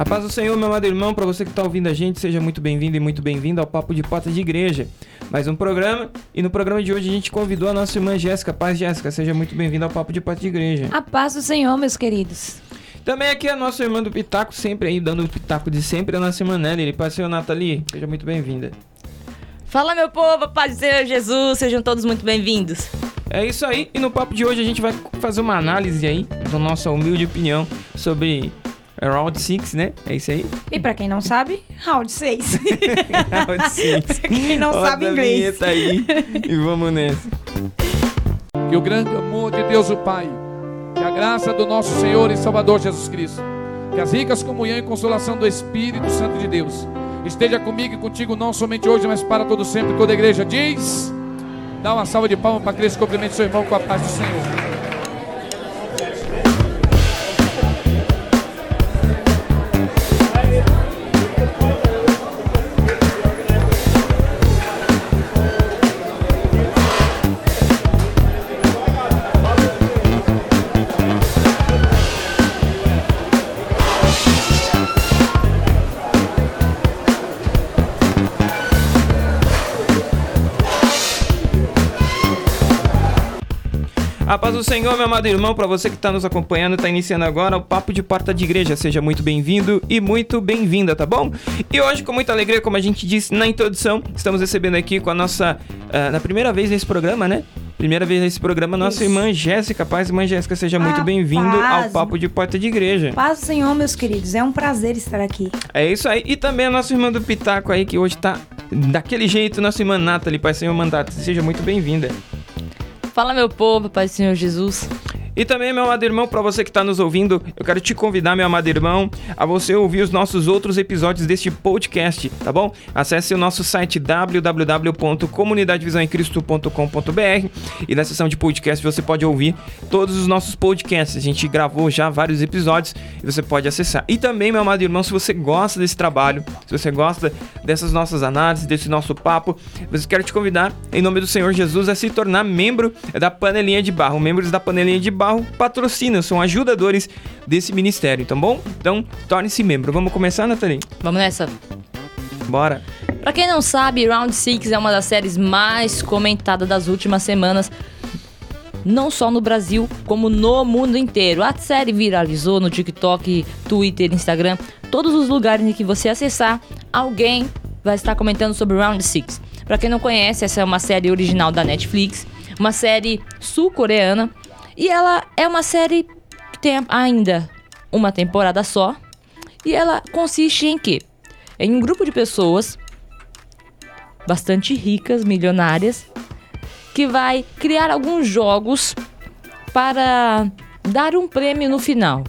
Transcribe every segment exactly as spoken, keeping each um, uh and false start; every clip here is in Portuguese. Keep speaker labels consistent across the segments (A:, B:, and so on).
A: A paz do Senhor, meu amado irmão, para você que está ouvindo a gente, seja muito bem-vindo e muito bem-vindo ao Papo de Porta de Igreja. Mais um programa, e no programa de hoje a gente convidou a nossa irmã Jéssica. Paz, Jéssica, seja muito bem-vinda ao Papo de Porta de Igreja.
B: A paz do Senhor, meus queridos.
A: Também aqui a nossa irmã do Pitaco, sempre aí, dando o Pitaco de sempre, a nossa irmã Nelly. Paz do Senhor, Nathalie, seja muito bem-vinda.
C: Fala, meu povo, paz do Senhor Jesus, sejam todos muito bem-vindos.
A: É isso aí, e no papo de hoje a gente vai fazer uma análise aí, da nossa humilde opinião sobre Round seis, né? É isso aí?
B: E pra quem não sabe, Round seis.
A: Round seis.
B: Pra quem não
A: Roda
B: sabe inglês.
A: A vinheta aí e vamos nessa.
D: Que o grande amor de Deus o Pai, que a graça do nosso Senhor e Salvador Jesus Cristo, que as ricas comunhão e consolação do Espírito Santo de Deus esteja comigo e contigo, não somente hoje, mas para todo sempre. Toda a igreja diz: dá uma salva de palmas para Cristo, cumprimente seu irmão com a paz do Senhor.
A: A paz do Senhor, meu amado irmão, para você que está nos acompanhando, está iniciando agora o Papo de Porta de Igreja. Seja muito bem-vindo e muito bem-vinda, tá bom? E hoje, com muita alegria, como a gente disse na introdução, estamos recebendo aqui com a nossa, uh, na primeira vez nesse programa, né? Primeira vez nesse programa, nossa Isso. irmã Jéssica. Paz, irmã Jéssica, seja muito bem-vindo ao Papo de Porta de Igreja.
B: Paz do Senhor, meus queridos, é um prazer estar aqui.
A: É isso aí, e também a nossa irmã do Pitaco aí, que hoje tá daquele jeito, nossa irmã Nathalie. Paz, Senhor, mandato, seja muito bem-vinda.
C: Fala, meu povo, paz do Senhor Jesus.
A: E também, meu amado irmão, para você que está nos ouvindo, eu quero te convidar, meu amado irmão, a você ouvir os nossos outros episódios deste podcast, tá bom? Acesse o nosso site w w w ponto comunidade visão em cristo ponto com ponto b r e na seção de podcast você pode ouvir todos os nossos podcasts. A gente gravou já vários episódios e você pode acessar. E também, meu amado irmão, se você gosta desse trabalho, se você gosta dessas nossas análises, desse nosso papo, eu quero te convidar, em nome do Senhor Jesus, a se tornar membro da Panelinha de Barro. Membros da Panelinha de Barro patrocinam, são ajudadores desse ministério, tá bom? Então, torne-se membro. Vamos começar, Nathalie?
C: Vamos nessa.
A: Bora.
C: Pra quem não sabe, Round seis é uma das séries mais comentadas das últimas semanas, não só no Brasil, como no mundo inteiro. A série viralizou no TikTok, Twitter, Instagram, todos os lugares em que você acessar, alguém vai estar comentando sobre Round seis. Pra quem não conhece, essa é uma série original da Netflix, uma série sul-coreana. E ela é uma série que tem ainda uma temporada só. E ela consiste em quê? Em um grupo de pessoas bastante ricas, milionárias, que vai criar alguns jogos para dar um prêmio no final.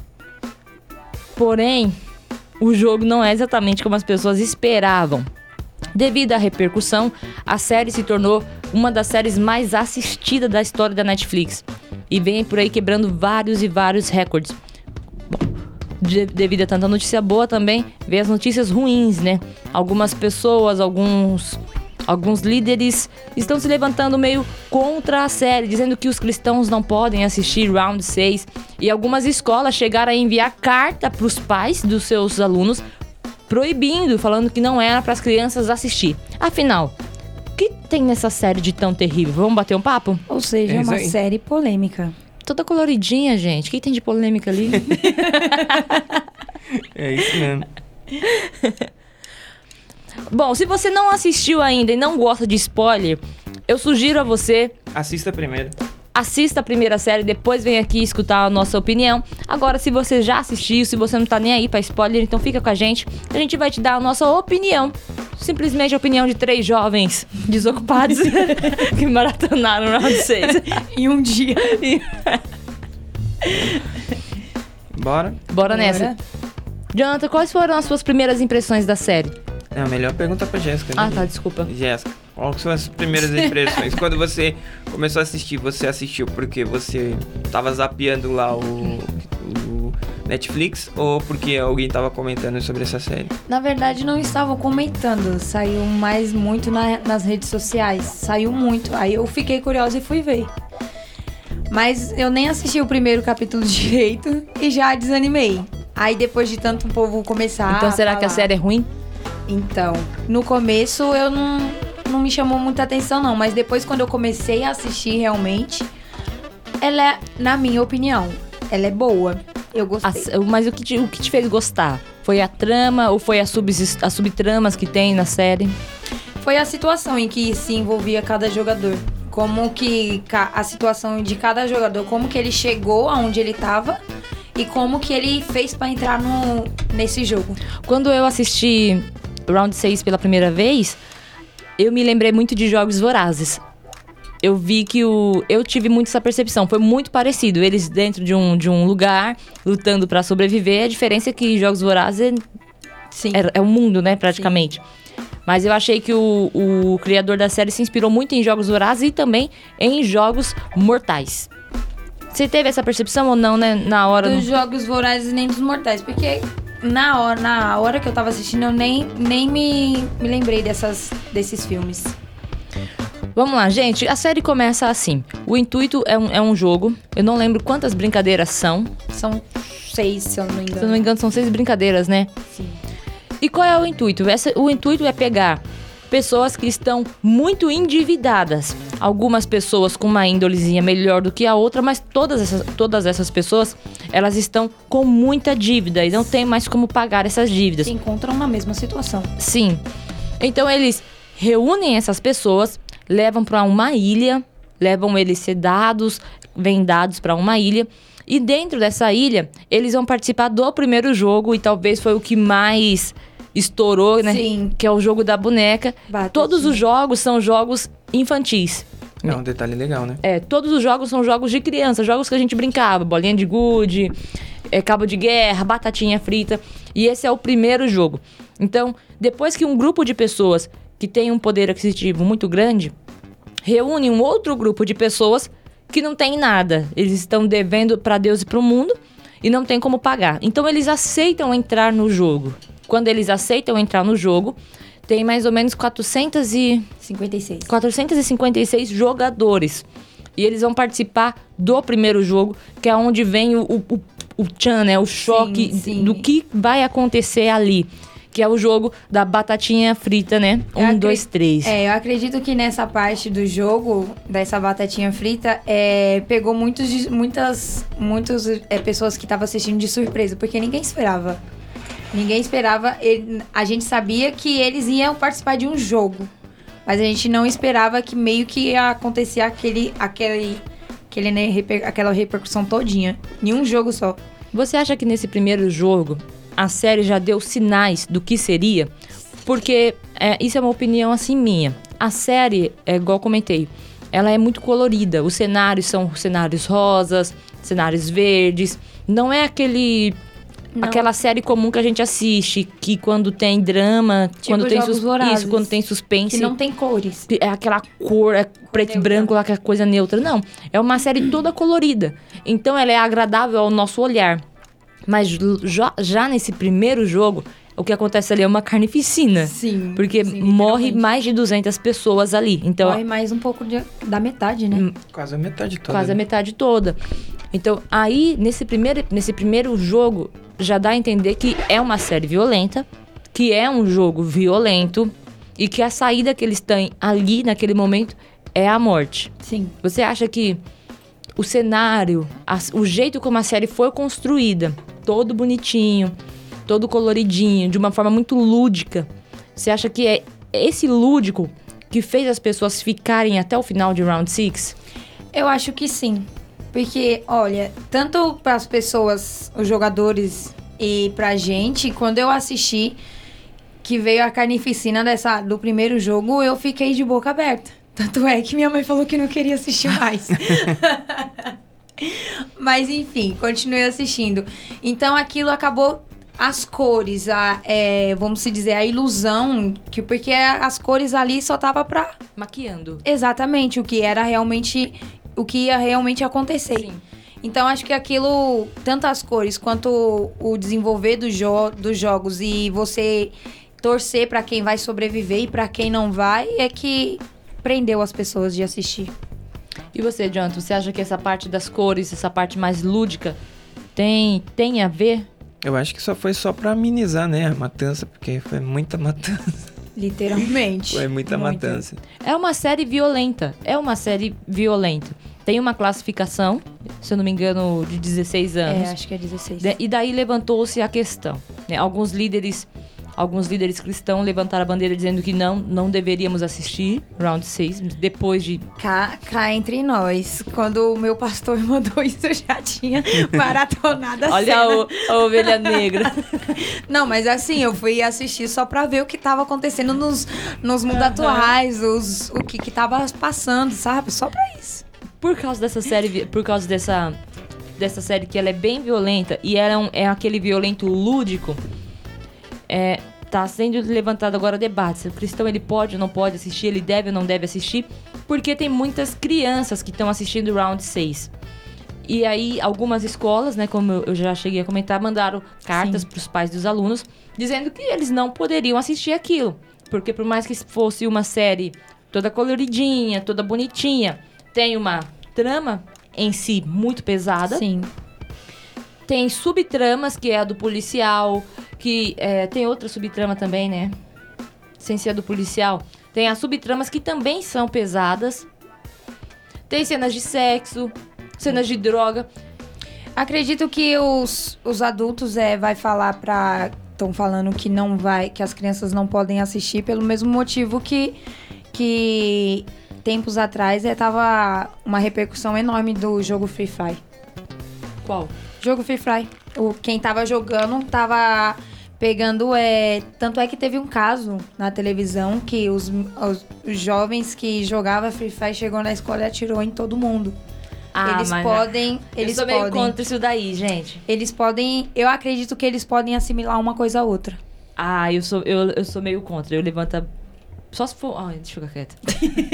C: Porém, o jogo não é exatamente como as pessoas esperavam. Devido à repercussão, a série se tornou uma das séries mais assistidas da história da Netflix. E vem por aí quebrando vários e vários recordes. Bom, de, devido a tanta notícia boa também, vem as notícias ruins, né? Algumas pessoas, alguns, alguns líderes estão se levantando meio contra a série, dizendo que os cristãos não podem assistir Round seis. E algumas escolas chegaram a enviar carta para os pais dos seus alunos, proibindo, falando que não era para as crianças assistir. Afinal, o que tem nessa série de tão terrível? Vamos bater um papo?
B: Ou seja, é uma série polêmica.
C: Toda coloridinha, gente. O que tem de polêmica ali?
A: É isso mesmo.
C: Bom, se você não assistiu ainda e não gosta de spoiler, eu sugiro a você...
A: Assista primeiro.
C: Assista a primeira série, depois vem aqui escutar a nossa opinião. Agora, se você já assistiu, se você não tá nem aí pra spoiler, então fica com a gente. A gente vai te dar a nossa opinião. Simplesmente a opinião de três jovens desocupados que maratonaram Round seis
B: em um dia.
A: Bora?
C: Bora nessa. Jonathan, quais foram as suas primeiras impressões da série?
A: É a melhor pergunta pra Jéssica, né?
C: Ah, tá, desculpa.
A: Jéssica, quais são as primeiras impressões? Quando você começou a assistir, você assistiu porque você tava zapeando lá o, o Netflix ou porque alguém tava comentando sobre essa série?
B: Na verdade, não estavam comentando. Saiu mais muito na, nas redes sociais. Saiu muito. Aí eu fiquei curiosa e fui ver. Mas eu nem assisti o primeiro capítulo direito e já desanimei. Aí depois de tanto povo começar
C: Então
B: a
C: será
B: falar,
C: que a série é ruim?
B: Então, no começo eu não, não me chamou muita atenção não, mas depois quando eu comecei a assistir realmente, ela é, na minha opinião, ela é boa. Eu gostei.
C: A- mas o que, te, o que te fez gostar? Foi a trama ou foi as, subs, as subtramas que tem na série?
B: Foi a situação em que se envolvia cada jogador. Como que ca- a situação de cada jogador, como que ele chegou aonde ele tava e como que ele fez pra entrar no, nesse jogo.
C: Quando eu assisti Round seis pela primeira vez, eu me lembrei muito de Jogos Vorazes. Eu vi que o... Eu tive muito essa percepção. Foi muito parecido. Eles dentro de um, de um lugar, lutando pra sobreviver. A diferença é que Jogos Vorazes
B: Sim.
C: é, é um mundo, né, praticamente. Mas eu achei que o, o criador da série se inspirou muito em Jogos Vorazes e também em Jogos Mortais. Você teve essa percepção ou não, né, na hora...
B: Dos
C: do-
B: Jogos Vorazes nem dos Mortais, porque na hora, na hora que eu tava assistindo eu nem, nem me, me lembrei dessas, desses filmes.
C: Vamos lá, gente. A série começa assim. O intuito é um, é um jogo. Eu não lembro quantas brincadeiras são.
B: São seis, se eu não me engano.
C: Se eu não me engano, são seis brincadeiras, né?
B: Sim.
C: E qual é o intuito? Essa, o intuito é pegar pessoas que estão muito endividadas. Algumas pessoas com uma índolezinha melhor do que a outra, mas todas essas, todas essas pessoas, elas estão com muita dívida e não tem mais como pagar essas dívidas.
B: Se encontram na mesma situação.
C: Sim. Então eles reúnem essas pessoas, levam para uma ilha, levam eles sedados, vendados para uma ilha. E dentro dessa ilha, eles vão participar do primeiro jogo, e talvez foi o que mais estourou, né?
B: Sim.
C: Que é o jogo da boneca.
B: Batatinha.
C: Todos os jogos são jogos infantis.
A: É um detalhe legal, né?
C: É, todos os jogos são jogos de criança, jogos que a gente brincava, bolinha de gude, é, cabo de guerra, batatinha frita. E esse é o primeiro jogo. Então, depois que um grupo de pessoas que tem um poder aquisitivo muito grande reúne um outro grupo de pessoas que não tem nada, eles estão devendo para Deus e para o mundo e não tem como pagar. Então, eles aceitam entrar no jogo. Quando eles aceitam entrar no jogo, tem mais ou menos quatrocentos e...
B: cinquenta e seis.
C: quatrocentos e cinquenta e seis jogadores. E eles vão participar do primeiro jogo, que é onde vem o, o, o tchan, né? O choque
B: Sim, sim.
C: do que vai acontecer ali. Que é o jogo da batatinha frita, né?
B: Eu
C: Um,
B: acre-
C: dois, três.
B: É, eu acredito que nessa parte do jogo, dessa batatinha frita, é, pegou muitos, de- muitas muitas é, pessoas que estavam assistindo de surpresa, porque ninguém esperava. Ninguém esperava. ele- a gente sabia que eles iam participar de um jogo, mas a gente não esperava que meio que ia acontecer aquele, aquele, aquele, né, reper- aquela repercussão todinha. Em um jogo só.
C: Você acha que nesse primeiro jogo a série já deu sinais do que seria? Porque é, isso é uma opinião assim minha. A série, é igual eu comentei, ela é muito colorida. Os cenários são cenários rosas, cenários verdes. Não é aquele
B: Não.
C: aquela série comum que a gente assiste, que quando tem drama,
B: Tipo
C: quando tem
B: Jogos
C: sus-
B: Vorazes,
C: isso, quando tem suspense,
B: Que não tem cores.
C: é aquela cor, é preto e
B: neutra.
C: branco, aquela coisa neutra. Não, é uma série toda colorida. Então ela é agradável ao nosso olhar. Mas já, já nesse primeiro jogo, o que acontece ali é uma carnificina.
B: Sim.
C: Porque
B: sim,
C: morre
B: literalmente.
C: mais de duzentas pessoas ali. Então,
B: Morre mais um pouco de- da metade, né?
C: Hum,
A: Quase a metade toda.
C: quase a
A: né?
C: metade toda. Então, aí, nesse primeiro, nesse primeiro jogo, já dá a entender que é uma série violenta, que é um jogo violento e que a saída que eles têm ali, naquele momento, é a morte.
B: Sim.
C: Você acha que o cenário, as- o jeito como a série foi construída, todo bonitinho, todo coloridinho, de uma forma muito lúdica, você acha que é esse lúdico que fez as pessoas ficarem até o final de Round seis?
B: Eu acho que sim. Porque, olha, tanto para as pessoas, os jogadores e pra gente, quando eu assisti que veio a carnificina dessa, do primeiro jogo, eu fiquei de boca aberta. Tanto é que minha mãe falou que não queria assistir mais. Mas enfim, continuei assistindo. Então aquilo acabou. As cores, a, é, vamos se dizer, a ilusão, que, porque as cores ali só tava pra
C: Maquiando.
B: exatamente o que era realmente, o que ia realmente acontecer.
C: Sim.
B: Então acho que aquilo, tanto as cores quanto o desenvolver do jo- dos jogos e você torcer pra quem vai sobreviver e pra quem não vai, é que prendeu as pessoas de assistir.
C: E você, Jonathan, você acha que essa parte das cores, essa parte mais lúdica, tem, tem a ver
A: Eu acho que só foi só pra amenizar, né, a matança, porque foi muita matança.
B: Literalmente.
A: Foi muita, muita matança.
C: É uma série violenta. É uma série violenta. Tem uma classificação, se eu não me engano, de dezesseis anos.
B: É, acho que é dezesseis.
C: E daí levantou-se a questão, né? Alguns líderes, alguns líderes cristãos levantaram a bandeira dizendo que não, não deveríamos assistir Round seis, depois de...
B: Cá, cá entre nós, quando o meu pastor mandou isso, eu já tinha maratonado a
C: Olha
B: cena.
C: o, a ovelha negra.
B: Não, mas assim, eu fui assistir só pra ver o que tava acontecendo nos, nos mundos atuais, os, o que que tava passando, sabe? Só pra isso.
C: Por causa dessa série, por causa dessa, dessa série que ela é bem violenta e ela é, um, é aquele violento lúdico, é, tá sendo levantado agora debate se o cristão ele pode ou não pode assistir, ele deve ou não deve assistir, porque tem muitas crianças que estão assistindo Round seis. E aí algumas escolas, né, como eu já cheguei a comentar, mandaram cartas para os pais dos alunos dizendo que eles não poderiam assistir aquilo, porque por mais que fosse uma série toda coloridinha, toda bonitinha, tem uma trama em si muito pesada.
B: Sim.
C: Tem subtramas, que é a do policial, que é, tem outra subtrama também, né? Sem ser a do policial. Tem as subtramas que também são pesadas. Tem cenas de sexo, cenas de droga.
B: Acredito que os, os adultos é, vai falar pra... Estão falando que não vai, que as crianças não podem assistir pelo mesmo motivo que... que tempos atrás é, tava uma repercussão enorme do jogo Free Fire.
C: Qual?
B: Jogo Free Fire. O, quem tava jogando tava pegando... É, tanto é que teve um caso na televisão que os, os, os jovens que jogavam Free Fire chegou na escola e atirou em todo mundo.
C: Ah,
B: eles
C: mas
B: podem... Eles
C: eu sou meio
B: podem,
C: contra isso daí, gente.
B: Eles podem... Eu acredito que eles podem assimilar uma coisa a outra.
C: Ah, eu sou, eu, eu sou meio contra. Eu levanto a... Só se for... Ai, deixa eu ficar quieta.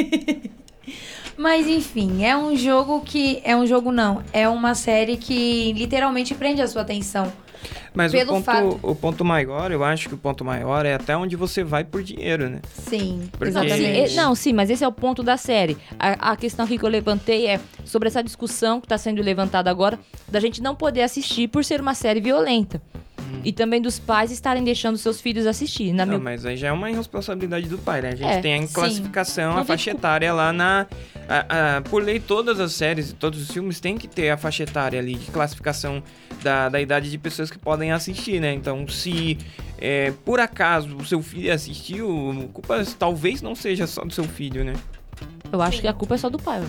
B: Mas enfim, é um jogo que... É um jogo não. É uma série que literalmente prende a sua atenção.
A: Mas
B: Pelo
A: o ponto,
B: fato-
A: o ponto maior, eu acho que o ponto maior é até onde você vai por dinheiro, né?
B: Sim,
A: Porque-
B: exatamente.
C: Sim, e- não, sim, mas esse é o ponto da série. A, a questão aqui que eu levantei é sobre essa discussão que está sendo levantada agora, da gente não poder assistir por ser uma série violenta. E também dos pais estarem deixando seus filhos assistir. Na
A: Não,
C: minha...
A: mas aí já é uma irresponsabilidade do pai, né? A gente
C: É,
A: tem a
B: sim.
A: classificação,
C: Não
A: a
C: tem
A: faixa
C: cu-
A: etária lá na... a- a- por lei, todas as séries e todos os filmes têm que ter a faixa etária ali de classificação da, da idade de pessoas que podem assistir, né? Então, se é, por acaso o seu filho assistiu, a culpa talvez não seja só do seu filho, né?
C: Eu acho que a culpa é só do pai.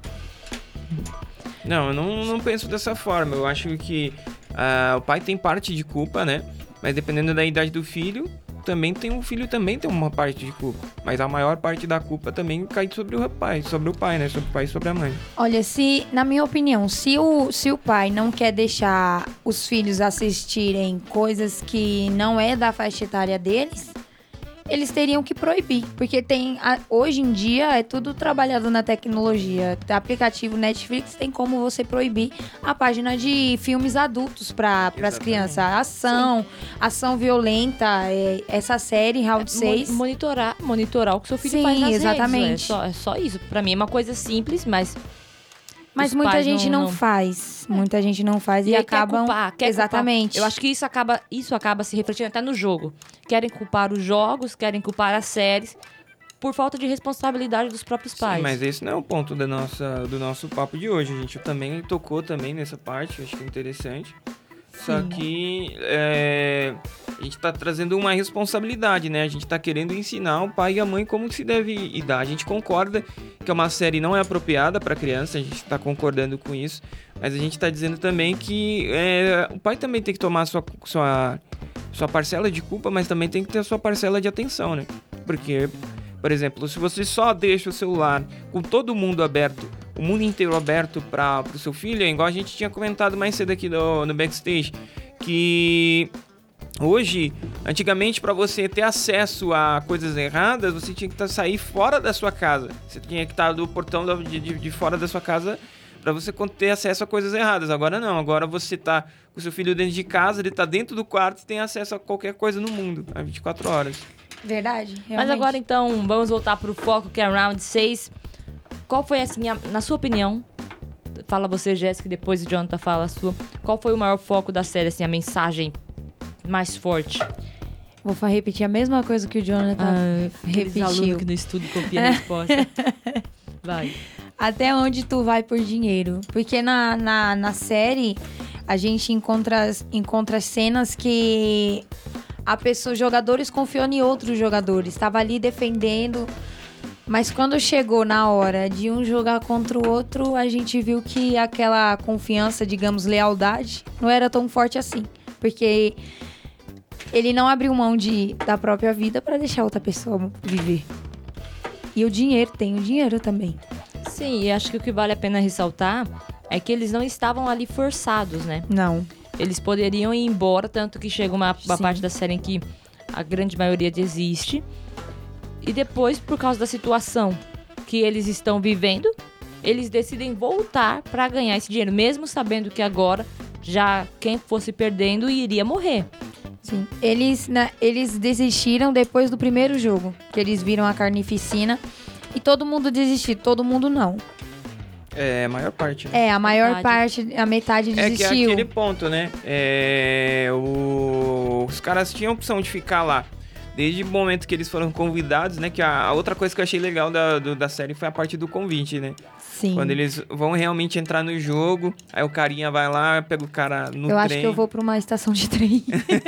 A: Não, eu não, não penso dessa forma. Eu acho que ah, o pai tem parte de culpa, né? Mas dependendo da idade do filho, também tem o filho também tem uma parte de culpa. Mas a maior parte da culpa também cai sobre o pai, sobre o pai, né? Sobre o pai e sobre a mãe.
B: Olha, se, na minha opinião, se o, se o pai não quer deixar os filhos assistirem coisas que não é da faixa etária deles, eles teriam que proibir. Porque tem, a- hoje em dia é tudo trabalhado na tecnologia. O aplicativo Netflix tem como você proibir a página de filmes adultos para as
A: Exatamente.
B: crianças. Ação, ação violenta, é, essa série, Round seis.
C: Mo- Monitorar, monitorar o que seu filho
B: Sim,
C: faz nas
B: exatamente.
C: redes. É só, é só isso. Pra mim é uma coisa simples, mas...
B: Mas
C: os
B: muita
C: pais
B: gente não, faz. Muita gente não faz e,
C: aí
B: acabam...
C: Quer culpar, quer
B: Exatamente.
C: culpar. Eu acho que isso acaba, isso acaba se refletindo até no jogo. Querem culpar os jogos, querem culpar as séries, por falta de responsabilidade dos próprios pais.
A: Sim, mas esse não é o ponto da nossa, do nosso papo de hoje. A gente também tocou também nessa parte, acho que é interessante. Só que é, a gente tá trazendo uma responsabilidade, né? A gente tá querendo ensinar o pai e a mãe como se deve dar. A gente concorda que uma série não é apropriada para criança, a gente tá concordando com isso. Mas a gente tá dizendo também que é, o pai também tem que tomar sua, sua, sua parcela de culpa, mas também tem que ter a sua parcela de atenção, né? Porque, por exemplo, se você só deixa o celular com todo mundo aberto, o mundo inteiro aberto para o seu filho, é igual a gente tinha comentado mais cedo aqui no, no backstage, que hoje, antigamente, para você ter acesso a coisas erradas, você tinha que tá, sair fora da sua casa. Você tinha que estar do portão da- de, de, de fora da sua casa para você con- ter acesso a coisas erradas. Agora não, agora você tá com o seu filho dentro de casa, ele tá dentro do quarto e tem acesso a qualquer coisa no mundo, a vinte e quatro horas.
B: Verdade,
C: Mas
B: realmente.
C: agora então, vamos voltar pro foco que é Round seis. Qual foi, assim, a- na sua opinião, fala você, Jéssica, e depois o Jonathan fala a sua, qual foi o maior foco da série, assim, a mensagem mais forte?
B: Vou fa- repetir a mesma coisa que o Jonathan
C: Ah, aqueles alunos
B: repetiu.
C: que no estudo copiam a resposta. Vai.
B: Até onde tu vai por dinheiro? Porque na, na, na série a gente encontra, encontra cenas que a pessoa, os jogadores confiam em outros jogadores. Estava ali defendendo, mas quando chegou na hora de um jogar contra o outro, a gente viu que aquela confiança, digamos, lealdade, não era tão forte assim. Porque ele não abriu mão de, da própria vida para deixar outra pessoa viver. E o dinheiro, tem o dinheiro também.
C: Sim, e acho que o que vale a pena ressaltar é que eles não estavam ali forçados, né?
B: Não.
C: Eles poderiam ir embora, tanto que chega uma, uma
B: Sim.
C: parte da série em que a grande maioria desiste. E depois, por causa da situação que eles estão vivendo, eles decidem voltar para ganhar esse dinheiro, mesmo sabendo que agora já quem fosse perdendo iria morrer.
B: Sim. Eles, né, eles desistiram depois do primeiro jogo, que eles viram a carnificina. E todo mundo desistiu, todo mundo não.
A: É, a maior parte. Né?
B: É, a maior
C: Metade.
B: parte, a metade
A: É que é
B: desistiu.
A: aquele ponto, né? É, o- Os caras tinham a opção de ficar lá. Desde o momento que eles foram convidados, né? Que a, a outra coisa que eu achei legal da, do- da série foi a parte do convite, né?
B: Sim.
A: Quando eles vão realmente entrar no jogo, aí o carinha vai lá, pega o cara no
B: eu
A: trem.
B: acho que eu vou pra uma estação de trem.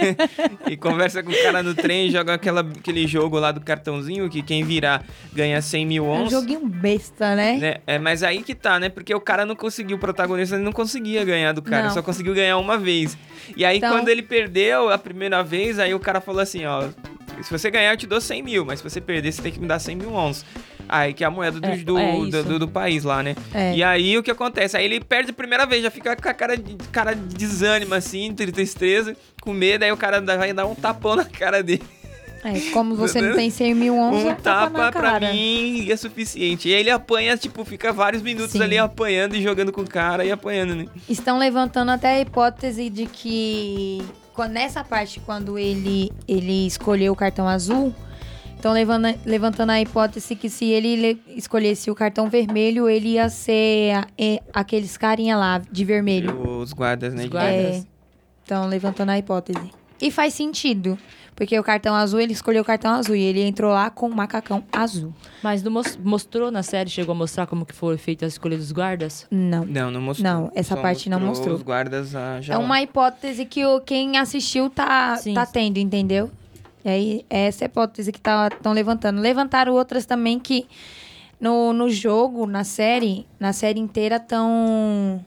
A: E conversa com o cara no trem, joga aquela, aquele jogo lá do cartãozinho, que quem virar ganha cem mil
B: É um
A: ons.
B: joguinho besta, né?
A: Né? É, mas aí que tá, né? Porque o cara não conseguiu, o protagonista ele não conseguia ganhar do cara,
B: Não.
A: só conseguiu ganhar uma vez. E aí
B: Então-
A: quando ele perdeu a primeira vez, aí o cara falou assim, ó, se você ganhar eu te dou cem mil, mas se você perder você tem que me dar cem mil ons. Aí que é a moeda do,
C: É,
A: do,
C: é
A: do,
C: isso.
A: do- do país lá, né?
B: É.
A: E aí o que acontece? Aí ele perde a primeira vez, já fica com a cara de, cara de desânimo assim, de tristeza, com medo, aí o cara dá- vai dar um tapão na cara dele.
B: É, como você não tem cem mil ons,
A: Um
B: é tapa na
A: tapa pra
B: cara.
A: mim é suficiente. E aí ele apanha, tipo, fica vários minutos
B: Sim.
A: ali apanhando e jogando com o cara e apanhando, né?
B: Estão levantando até a hipótese de que quando- nessa parte, quando ele, ele escolheu o cartão azul, estão levando, levantando a hipótese que se ele le- escolhesse o cartão vermelho, ele ia ser a- é, aqueles carinha lá, de vermelho.
A: Os guardas, né?
C: Os
A: de-
C: guardas.
B: Estão levantando a hipótese. E faz sentido, porque o cartão azul, ele escolheu o cartão azul e ele entrou lá com o macacão azul.
C: Mas não mos- mostrou na série, chegou a mostrar como que foi feita a escolha dos guardas?
B: Não.
A: Não, não mostrou.
B: Não, essa
A: Só
B: parte não mostrou.
A: Os guardas ah, já
B: É
A: lá.
B: uma hipótese que o, quem assistiu tá,
C: Sim,
B: tá
C: sim.
B: tendo, entendeu? E aí, essa é a hipótese que estão levantando. Levantaram outras também que no, no jogo, na série, na série inteira estão...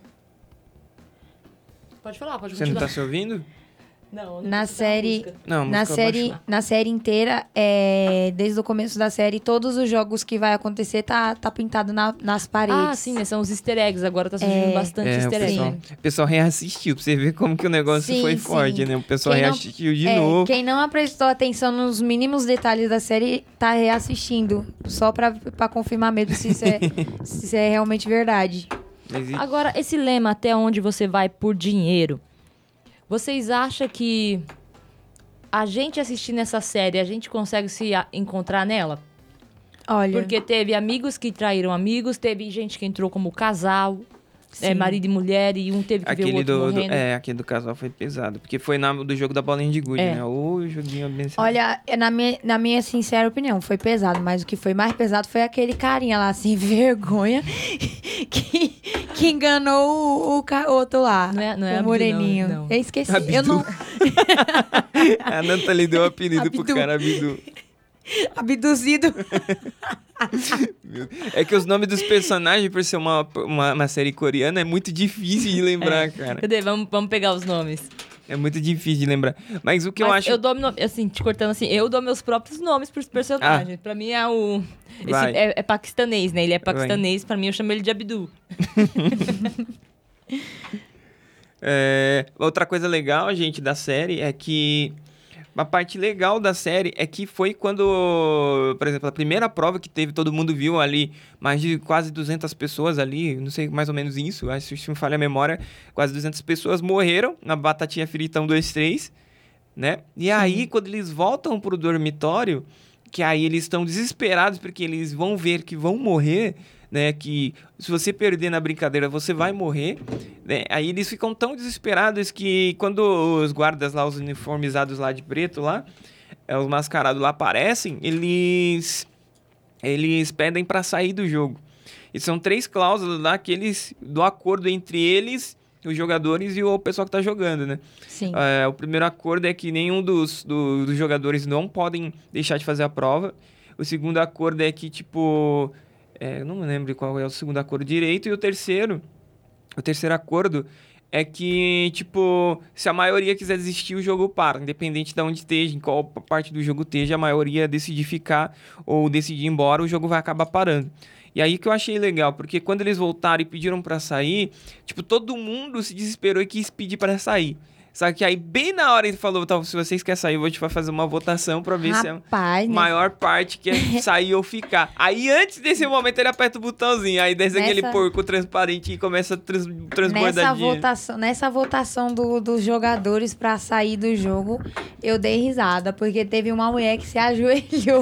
C: Pode falar, pode
A: Você não tá se ouvindo?
C: Não,
B: Na série,
A: Não, a
B: na
A: música
B: série,
A: baixou.
B: na série inteira, é, desde o começo da série, todos os jogos que vai acontecer tá, tá pintado na- nas paredes.
C: Ah, sim, né? São os easter eggs. Agora tá surgindo
B: É.
C: bastante
A: É, o
C: easter egg.
A: pessoal,
C: né?
A: o pessoal reassistiu, pra você ver como que o negócio
B: Sim,
A: foi
B: sim.
A: forte, né? O pessoal
B: Quem não-
A: reassistiu de
B: É,
A: novo.
B: quem não prestou atenção nos mínimos detalhes da série tá reassistindo. Só pra, pra confirmar mesmo se isso, é, se isso é realmente verdade.
A: Mas e-
C: Agora, esse lema, até onde você vai por dinheiro, vocês acham que a gente assistindo essa série, a gente consegue se a- encontrar nela?
B: Olha,
C: Porque teve amigos que traíram amigos, teve gente que entrou como casal, é,
B: Sim.
C: marido e mulher, e um teve que ver o
A: Aquele
C: outro
A: do, do-
C: morrendo.
A: é, aquele do casal foi pesado. Porque foi na, do jogo da bolinha de gude,
C: É.
A: né? O joguinho abençoado.
B: olha, é na minha, na minha sincera opinião, foi pesado. Mas o que foi mais pesado foi aquele carinha lá, sem vergonha, que, que enganou o, o ca- outro lá.
C: Não é- não é
B: o
C: Abdu,
B: não,
C: não, não.
B: Eu esqueci.
A: Abdu.
B: Eu não...
A: A Nathalie deu o apelido pro
B: Abdu.
A: cara, Abdu.
B: Abduzido.
A: É que os nomes dos personagens, por ser uma, uma, uma série coreana, é muito difícil de lembrar,
C: É.
A: cara.
C: Cadê? Vamos, vamos pegar os nomes.
A: É muito difícil de lembrar. Mas o que eu
C: Mas
A: acho...
C: eu dou, no- assim, te cortando assim, eu dou meus próprios nomes pros personagens. Pra mim é o... esse
A: Vai.
C: é, é paquistanês, né? Ele é paquistanês, pra mim eu chamo ele de Abdu.
A: É, outra coisa legal, gente, da série é que a parte legal da série é que foi quando, por exemplo, a primeira prova que teve, todo mundo viu ali, mais de quase duzentas pessoas ali, não sei, mais ou menos isso, acho que se me falha a memória, quase duzentas pessoas morreram na Batatinha Frita um, dois, três, né? E aí, quando eles voltam pro dormitório, que aí eles estão desesperados porque eles vão ver que vão morrer, né? Que se você perder na brincadeira, você vai morrer, né? Aí eles ficam tão desesperados que quando os guardas lá, os uniformizados lá de preto lá, é, os mascarados lá aparecem, eles, eles pedem pra sair do jogo. E são três cláusulas lá que eles, do acordo entre eles, os jogadores e o pessoal que tá jogando, né?
B: Sim.
A: É, o primeiro acordo é que nenhum dos, do, dos jogadores não podem deixar de fazer a prova. O segundo acordo é que, tipo... É, eu não me lembro qual é o segundo acordo direito. E o terceiro... O terceiro acordo é que, tipo... Se a maioria quiser desistir, o jogo para. Independente de onde esteja, em qual parte do jogo esteja, a maioria decidir ficar ou decidir ir embora, o jogo vai acabar parando. E aí que eu achei legal, porque quando eles voltaram e pediram pra sair, tipo, todo mundo se desesperou e quis pedir pra sair. Só que aí, bem na hora, ele falou, tá, se vocês querem sair, eu vou te fazer uma votação pra ver
B: Rapaz,
A: se a
B: né?
A: maior parte quer sair ou ficar. Aí, antes desse momento, ele aperta o botãozinho, aí desce
B: Nessa...
A: aquele porco transparente e começa a trans... transbordar
B: Nessa
A: dinheiro.
B: votação, nessa votação do, dos jogadores pra sair do jogo, eu dei risada, porque teve uma mulher que se ajoelhou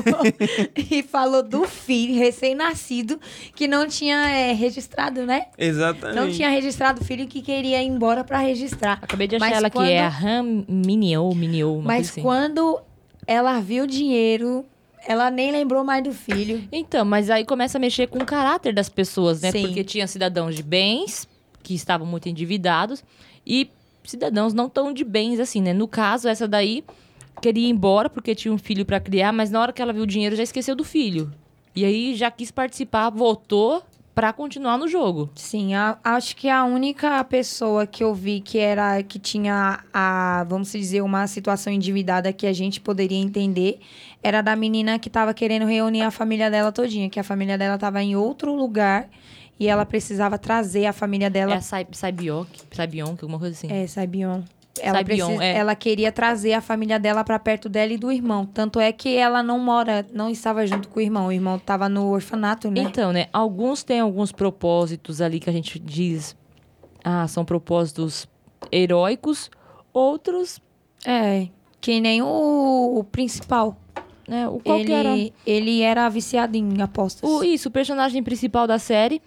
B: e falou do filho recém-nascido que não tinha é, registrado, né?
A: Exatamente.
B: Não tinha registrado o filho que queria ir embora pra registrar.
C: Acabei de achar
B: Mas
C: ela
B: quando...
C: que é a Ram Miniou, Miniou, uma
B: Mas
C: coisa assim.
B: quando ela viu o dinheiro, ela nem lembrou mais do filho.
C: Então, mas aí começa a mexer com o caráter das pessoas, né?
B: Sim.
C: Porque tinha cidadãos de bens, que estavam muito endividados, e cidadãos não tão de bens assim, né? No caso, essa daí queria ir embora porque tinha um filho pra criar, mas na hora que ela viu o dinheiro já esqueceu do filho. E aí já quis participar, votou pra continuar no jogo.
B: Sim, a- acho que a única pessoa que eu vi que era que tinha a, vamos dizer, uma situação endividada que a gente poderia entender era da menina que estava querendo reunir a família dela todinha, que a família dela estava em outro lugar e ela precisava trazer a família dela.
C: É a Sai- Saibionk, Saibionk, alguma coisa assim.
B: É, Saibion. Ela,
C: Saibion,
B: precisa-
C: é.
B: ela queria trazer a família dela pra perto dela e do irmão. Tanto é que ela não mora, não estava junto com o irmão. O irmão estava no orfanato, né?
C: Então, né? Alguns têm alguns propósitos ali que a gente diz... Ah, são propósitos heróicos. Outros,
B: É, que nem o, o principal.
C: né? O qual que era?
B: Ele, ele era viciado em apostas.
C: O, isso, o personagem principal da série,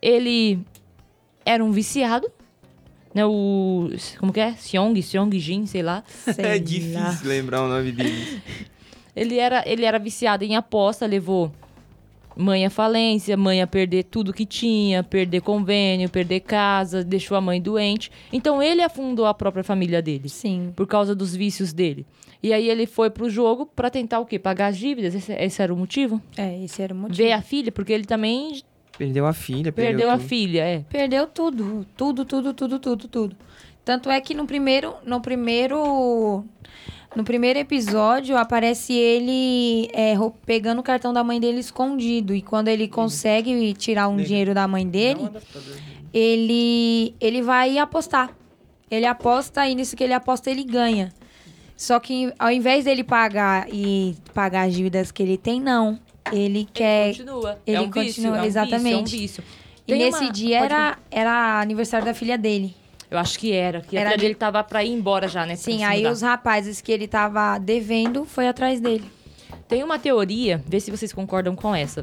C: ele era um viciado, né? O... Como que é? Seong, Seong Jin, sei lá.
B: Sei
A: É
B: lá.
A: difícil lembrar o nome dele.
C: Ele era, ele era viciado em aposta, levou mãe à falência, mãe a perder tudo que tinha, perder convênio, perder casa, deixou a mãe doente. Então ele afundou a própria família dele,
B: Sim.
C: por causa dos vícios dele. E aí ele foi pro jogo pra tentar o quê? Pagar as dívidas, esse, esse era o motivo?
B: É, esse era o motivo.
C: Ver a filha, porque ele também
A: Perdeu a filha, perdeu,
C: perdeu a
A: tudo.
C: filha, é.
B: Perdeu tudo. Tudo, tudo, tudo, tudo, tudo. Tanto é que no primeiro... No primeiro... No primeiro episódio, aparece ele é, rou- pegando o cartão da mãe dele escondido. E quando ele consegue tirar um
A: Nele.
B: dinheiro da mãe dele,
A: Não, adaptador.
B: ele, ele vai apostar. Ele aposta e nisso que ele aposta, ele ganha. Só que ao invés dele pagar e pagar as dívidas que ele tem, não. Ele quer...
C: Continua.
B: ele
C: é um vício,
B: continua,
C: é um
B: exatamente.
C: Vício, é um vício.
B: E
C: Tem
B: nesse
C: uma-
B: dia
C: pode
B: era, era aniversário da filha dele.
C: Eu acho que era, que a
B: Era
C: filha
B: de-
C: dele tava pra ir embora já, né? pra
B: Sim,
C: se
B: aí
C: mudar.
B: os rapazes que ele tava devendo foi atrás dele.
C: Tem uma teoria, vê se vocês concordam com essa.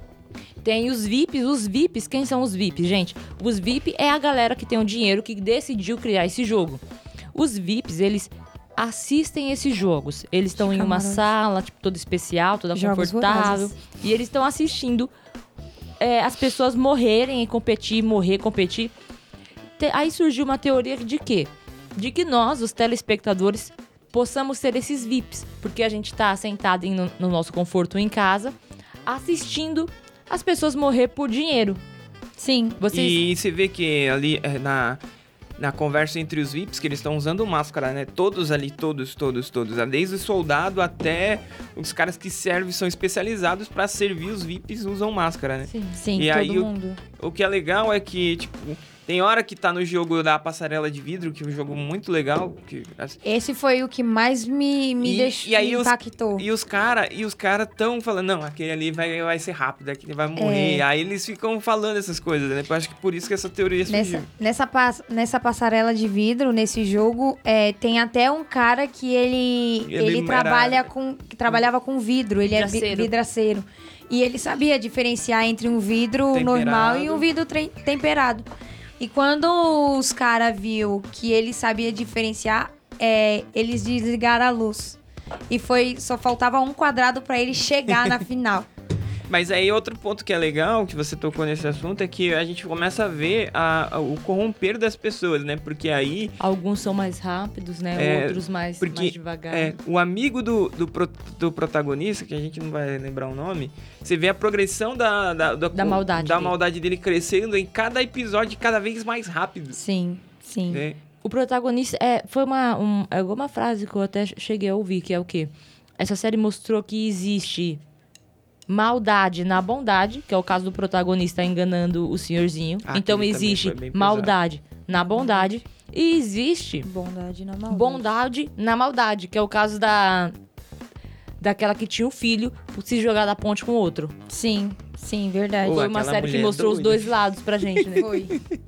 C: Tem os V I Ps, os V I Ps, quem são os V I Ps, gente? Os V I P é a galera que tem o dinheiro que decidiu criar esse jogo. Os V I Ps, eles assistem esses jogos. Eles estão em uma
B: Camarote.
C: sala, tipo, toda especial, toda
B: Jogos
C: confortável.
B: vorazes.
C: E eles estão assistindo é, as pessoas morrerem e competir, morrer, competir. Te- Aí surgiu uma teoria de quê? De que nós, os telespectadores, possamos ser esses V I Ps. Porque a gente tá sentado em- no, no nosso conforto em casa, assistindo as pessoas morrer por dinheiro.
B: Sim.
C: Vocês...
A: E você vê que ali é, na, na conversa entre os V I Ps, que eles estão usando máscara, né? Todos ali, todos, todos, todos. Desde o soldado até os caras que servem, são especializados pra servir os V I Ps, usam máscara, né?
C: Sim.
B: Sim,
A: E
B: todo
A: aí o-
B: mundo.
A: O que é legal é que, tipo, Tem hora que tá no jogo da passarela de vidro, que é um jogo muito legal. Que, assim,
B: Esse foi o que mais me, me
A: E-
B: deixou,
A: e aí
B: me
A: os-
B: impactou.
A: E os caras e os cara tão falando, não, aquele ali vai, vai ser rápido, aquele vai morrer.
B: É.
A: Aí eles ficam falando essas coisas, né? Eu acho que por isso que essa teoria surgiu.
B: Nessa, nessa, pas- nessa passarela de vidro, nesse jogo, é, tem até um cara que ele,
A: Ele
B: ele,
A: era-
B: trabalha com, que trabalhava com vidro, ele é vi-
C: Vidraceiro.
B: vidraceiro. E ele sabia diferenciar entre um vidro
A: Temperado.
B: normal e um vidro tre- temperado. E quando os caras viu que ele sabia diferenciar, é, eles desligaram a luz. E foi, só faltava um quadrado pra ele chegar na final.
A: Mas aí outro ponto que é legal, que você tocou nesse assunto, é que a gente começa a ver a- a- o corromper das pessoas, né? Porque aí
C: Alguns são mais rápidos, né?
A: É,
C: Outros mais,
A: porque
C: mais devagar.
A: é, o amigo do, do, pro- do protagonista, que a gente não vai lembrar o nome, você vê a progressão da, da, da,
C: Da maldade
A: da
C: dele.
A: maldade dele crescendo em cada episódio cada vez mais rápido.
B: Sim, sim.
A: Né?
C: O protagonista é, foi uma, um, é alguma frase que eu até cheguei a ouvir, que é o quê? Essa série mostrou que existe maldade na bondade, que é o caso do protagonista enganando o senhorzinho.
A: Ah,
C: Então
A: aquele também
C: existe
A: foi bem pesado.
C: maldade na bondade e existe
B: Bondade na maldade.
C: bondade na maldade, que é o caso da daquela que tinha um filho por se jogar da ponte com o outro.
B: Sim, sim, verdade.
A: Pô,
C: Foi uma
A: aquela
C: série que
A: mulher
C: mostrou os
A: doida.
C: dois lados pra gente, né?
B: Foi.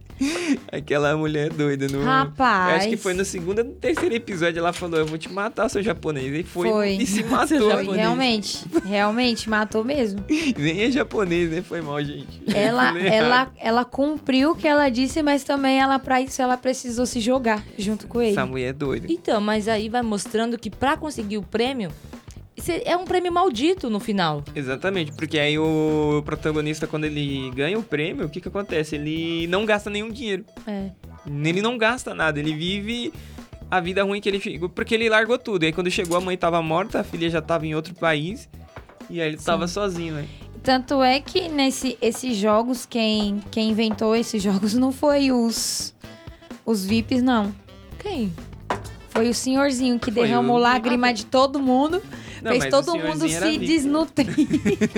A: Aquela mulher doida no.
B: Rapaz.
A: Eu acho que foi no segundo ou no terceiro episódio. Ela falou: eu vou te matar, seu japonês. E foi,
B: Foi.
A: e se
C: Seu
A: matou.
B: Foi,
C: japonês.
B: realmente. Realmente, matou mesmo.
A: Nem é japonês, né? Foi mal, gente.
B: Ela,
A: Falei errado.
B: ela, ela cumpriu o que ela disse, mas também ela, pra isso, ela precisou se jogar junto com ele.
A: Essa mulher é doida.
C: Então, mas aí vai mostrando que pra conseguir o prêmio, cê- é um prêmio maldito no final.
A: Exatamente, porque aí o protagonista, quando ele ganha o prêmio, o que que acontece? Ele não gasta nenhum dinheiro.
B: É.
A: Ele não gasta nada, ele vive a vida ruim que ele ficou, porque ele largou tudo. E aí quando chegou a mãe tava morta, a filha já tava em outro país, e aí ele tava sozinho, né?
B: Tanto é que nesse, esses jogos, quem, quem inventou esses jogos não foi os, os V I Ps, não.
C: Quem?
B: Foi o senhorzinho que
A: Foi
B: derramou
A: o-
B: lágrima de todo mundo,
A: Não,
B: fez
A: mas
B: todo
A: o
B: mundo
A: senhorzinho era
B: se
A: V I P.
B: desnutrir.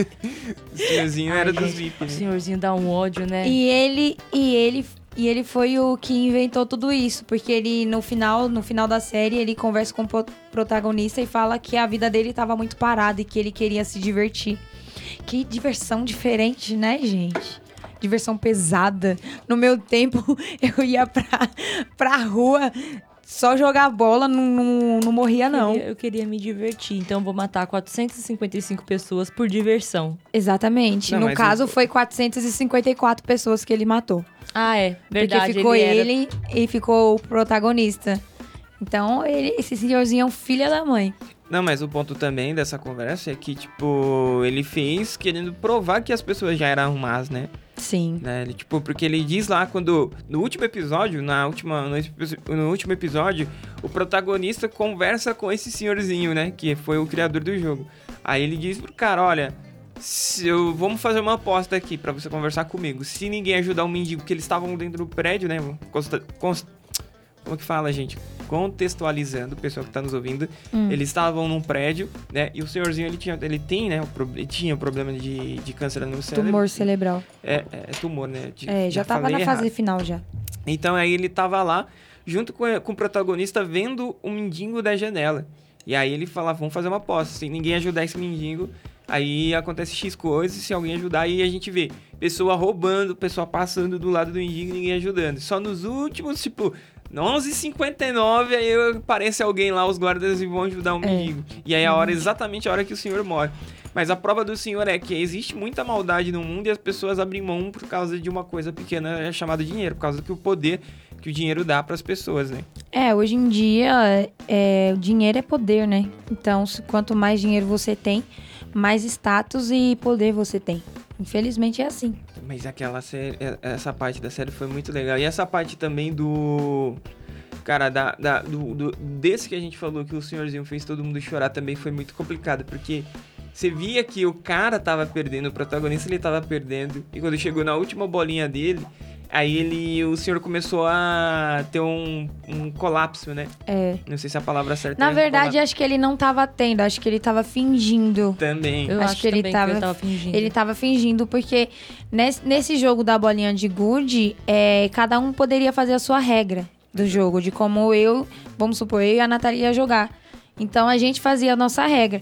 A: O senhorzinho era
C: Ai,
A: dos
C: gente,
A: V I P,
C: O
A: né?
C: senhorzinho dá um ódio, né?
B: E ele, e ele, e ele foi o que inventou tudo isso, porque ele no final, no final da série, ele conversa com o pro- protagonista e fala que a vida dele estava muito parada e que ele queria se divertir. Que diversão diferente, né, gente? Diversão pesada. No meu tempo, eu ia pra, pra rua só jogar bola, não, não, não morria,
C: Eu
B: não.
C: queria- Eu queria me divertir, então vou matar quatrocentas e cinquenta e cinco pessoas por diversão.
B: Exatamente.
A: Não,
B: no
A: mas
B: caso,
A: o-
B: foi quatrocentas e cinquenta e quatro pessoas que ele matou.
C: Ah, é. Verdade.
B: Porque ficou
C: ele,
B: ele, e ficou o protagonista. Então, ele, esse senhorzinho é um filho da mãe.
A: Não, mas o ponto também dessa conversa é que, tipo, ele fez querendo provar que as pessoas já eram arrumadas, né?
B: Sim.
A: Né? Ele, tipo, porque ele diz lá quando. No último episódio, na última, no, epi- no último episódio, o protagonista conversa com esse senhorzinho, né? Que foi o criador do jogo. Aí ele diz pro cara, olha. Se eu, vamos fazer uma aposta aqui pra você conversar comigo. Se ninguém ajudar o mendigo, porque eles estavam dentro do prédio, né? Consta, const, como que fala, gente? Contextualizando, o pessoal que tá nos ouvindo.
B: Hum.
A: Eles estavam num prédio, né? E o senhorzinho, ele tinha, ele tem, né? o pro- Ele tinha o problema de, de câncer no cérebro.
B: Tumor cerebral.
A: É, é tumor, né? De-
B: É, já tava
A: falei
B: na
A: errado.
B: fase final já.
A: Então aí ele tava lá, junto com, com o protagonista, vendo o mendigo da janela. E aí ele fala, vamos fazer uma aposta. Se ninguém ajudar esse mendigo, aí acontece X coisas. Se alguém ajudar, aí a gente vê pessoa roubando, pessoa passando do lado do mendigo e ninguém ajudando. Só nos últimos, tipo, onze e cinquenta e nove, aí aparece alguém lá, os guardas, e vão ajudar o mendigo. E aí a hora, exatamente a hora que o senhor morre. Mas a prova do senhor é que existe muita maldade no mundo e as pessoas abrem mão por causa de uma coisa pequena chamada dinheiro, por causa do que o poder que o dinheiro dá para as pessoas, né?
B: É, hoje em dia, é, o dinheiro é poder, né? Então, se- quanto mais dinheiro você tem, mais status e poder você tem. Infelizmente é assim.
A: Mas aquela série, essa parte da série foi muito legal. E essa parte também do... Cara, da, da, do, do- desse que a gente falou que o senhorzinho fez todo mundo chorar também foi muito complicado, porque você via que o cara tava perdendo, o protagonista ele tava perdendo, e quando chegou na última bolinha dele, Aí ele, o senhor começou a ter um, um colapso, né?
B: É.
A: Não sei se a palavra certa
B: Na
A: é
B: verdade,
A: colapso.
B: acho que ele não tava tendo, acho que ele tava fingindo.
A: Também.
C: Eu
B: Acho
C: acho,
B: que ele
C: também
B: tava-
C: que ele tava fingindo.
B: Ele tava fingindo, porque nesse, nesse jogo da bolinha de gude, é, cada um poderia fazer a sua regra do jogo, de como eu, vamos supor, eu e a Nathalie ia jogar. Então a gente fazia a nossa regra.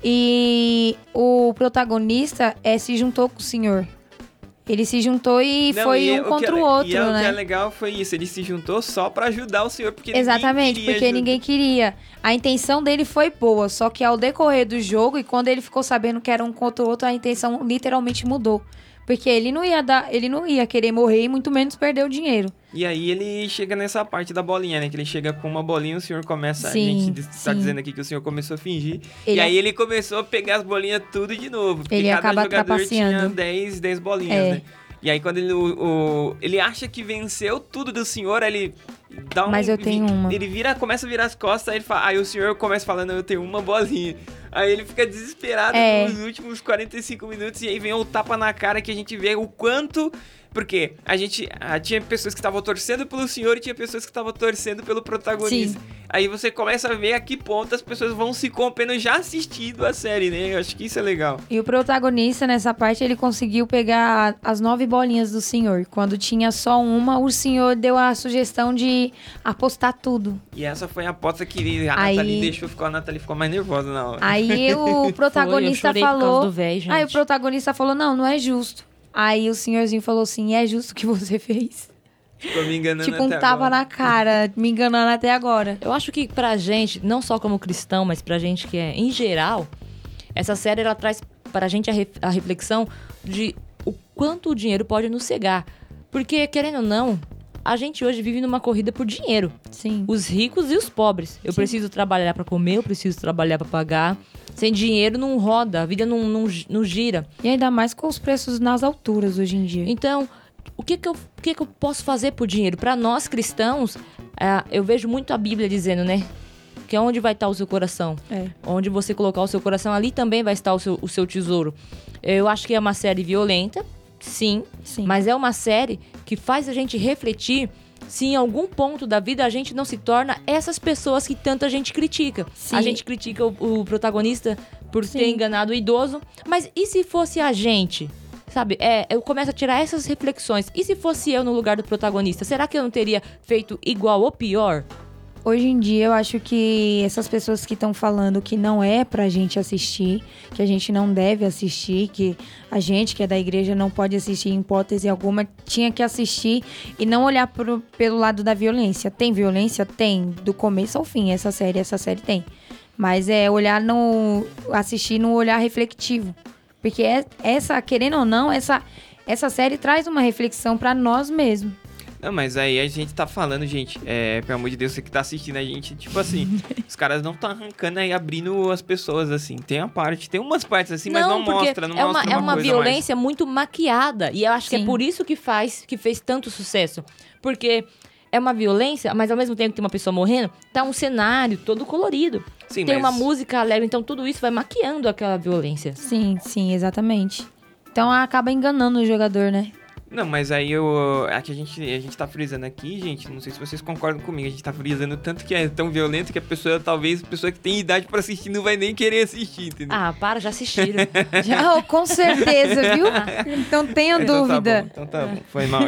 B: E o protagonista é, se juntou com o senhor. Ele se juntou e
A: Não,
B: foi
A: e
B: um
A: o
B: contra
A: que
B: o
A: é-
B: outro,
A: e é, o que é
B: né?
A: legal foi isso, ele se juntou só pra ajudar o senhor, porque
B: Exatamente,
A: ninguém queria
B: porque
A: ajuda.
B: ninguém queria. A intenção dele foi boa, só que ao decorrer do jogo, e quando ele ficou sabendo que era um contra o outro, a intenção literalmente mudou. Porque ele não ia dar, ele não ia querer morrer e muito menos perder o dinheiro.
A: E aí ele chega nessa parte da bolinha, né? Que ele chega com uma bolinha, o senhor começa...
B: Sim,
A: a gente tá
B: sim.
A: dizendo aqui que o senhor começou a fingir.
B: Ele
A: e aí
B: é-
A: ele começou a pegar as bolinhas tudo de novo. Porque
B: Ele
A: cada
B: acaba
A: jogador tinha
B: trapaceando.
A: dez, dez bolinhas,
B: É.
A: né? E aí quando ele, o, o- ele acha que venceu tudo do senhor, aí ele dá um...
B: Mas eu tenho
A: vi-
B: uma.
A: Ele vira, começa a virar as costas, aí, ele fala, aí o senhor começa falando, eu tenho uma bolinha. Aí ele fica desesperado
B: É.
A: nos últimos quarenta e cinco minutos e aí vem o tapa na cara que a gente vê o quanto... Porque a gente ah, tinha pessoas que estavam torcendo pelo senhor e tinha pessoas que estavam torcendo pelo protagonista.
B: Sim.
A: Aí você começa a ver a que ponto as pessoas vão se compreendendo já assistindo a série, né? Eu acho que isso é legal.
B: E o protagonista, nessa parte, ele conseguiu pegar as nove bolinhas do senhor. Quando tinha só uma, o senhor deu a sugestão de apostar tudo.
A: E essa foi a aposta que a
B: Aí-
A: Nathalie deixou, ficou, a Nathalie ficou mais nervosa na hora.
B: Aí o protagonista
C: Foi, eu chorei por causa
B: falou...
C: do véio, gente.
B: Aí o protagonista falou, não, não é justo. Aí o senhorzinho falou assim, é justo o que você fez.
A: Ficou me enganando
B: Tipo um
A: até
B: tapa
A: agora.
B: na cara, me enganando até agora.
C: Eu acho que pra gente, não só como cristão, mas pra gente que é em geral, essa série ela traz pra gente a, re- a reflexão de o quanto o dinheiro pode nos cegar. Porque, querendo ou não, a gente hoje vive numa corrida por dinheiro.
B: Sim.
C: Os ricos e os pobres. Eu
B: Sim.
C: preciso trabalhar pra comer, eu preciso trabalhar pra pagar. Sem dinheiro não roda, a vida não, não, gi- não gira.
B: E ainda mais com os preços nas alturas hoje em dia.
C: Então, o que que eu, o que que eu posso fazer por dinheiro? Para nós cristãos, é, eu vejo muito a Bíblia dizendo, né? Que é onde vai estar o seu coração.
B: É.
C: Onde você colocar o seu coração, ali também vai estar o seu, o seu tesouro. Eu acho que é uma série violenta, sim.
B: Sim.
C: Mas é uma série que faz a gente refletir se em algum ponto da vida a gente não se torna essas pessoas que tanta gente critica.
B: Sim.
C: A gente critica o, o protagonista por
B: Sim.
C: ter enganado o idoso, mas e se fosse a gente? Sabe, é, eu começo a tirar essas reflexões. E se fosse eu no lugar do protagonista? Será que eu não teria feito igual ou pior?
B: Hoje em dia, eu acho que essas pessoas que estão falando que não é pra gente assistir, que a gente não deve assistir, que a gente que é da igreja não pode assistir em hipótese alguma, tinha que assistir e não olhar pro, pelo lado da violência. Tem violência? Tem. Do começo ao fim, essa série, essa série tem. Mas é olhar no... assistir no olhar reflectivo. Porque é, essa, querendo ou não, essa, essa série traz uma reflexão pra nós mesmos.
A: Não, mas aí a gente tá falando, gente, é, pelo amor de Deus, você que tá assistindo a gente, tipo assim, os caras não estão arrancando aí, abrindo as pessoas, assim. Tem a parte, tem umas partes assim, mas não
C: porque
A: mostra, não
C: é
A: mostra
C: uma, é uma
A: coisa
C: violência muito maquiada. E eu acho que é
B: Sim.
C: por isso que faz, que fez tanto sucesso. Porque é uma violência, mas ao mesmo tempo que tem uma pessoa morrendo, tá um cenário todo colorido.
A: mais. Sim,
C: tem
A: mas...
C: uma música alegre, então tudo isso vai maquiando aquela violência.
B: Sim, sim, exatamente. Então acaba enganando o jogador, né?
A: Não, mas aí eu, aqui a gente, a gente tá frisando aqui, gente, não sei se vocês concordam comigo, a gente tá frisando tanto que é tão violento que a pessoa, talvez, a pessoa que tem idade pra assistir não vai nem querer assistir, entendeu?
C: Ah, para, já assistiram.
B: Já, oh, com certeza, viu? Então tenha
A: Então tá
B: dúvida.
A: bom, então tá bom, foi mal.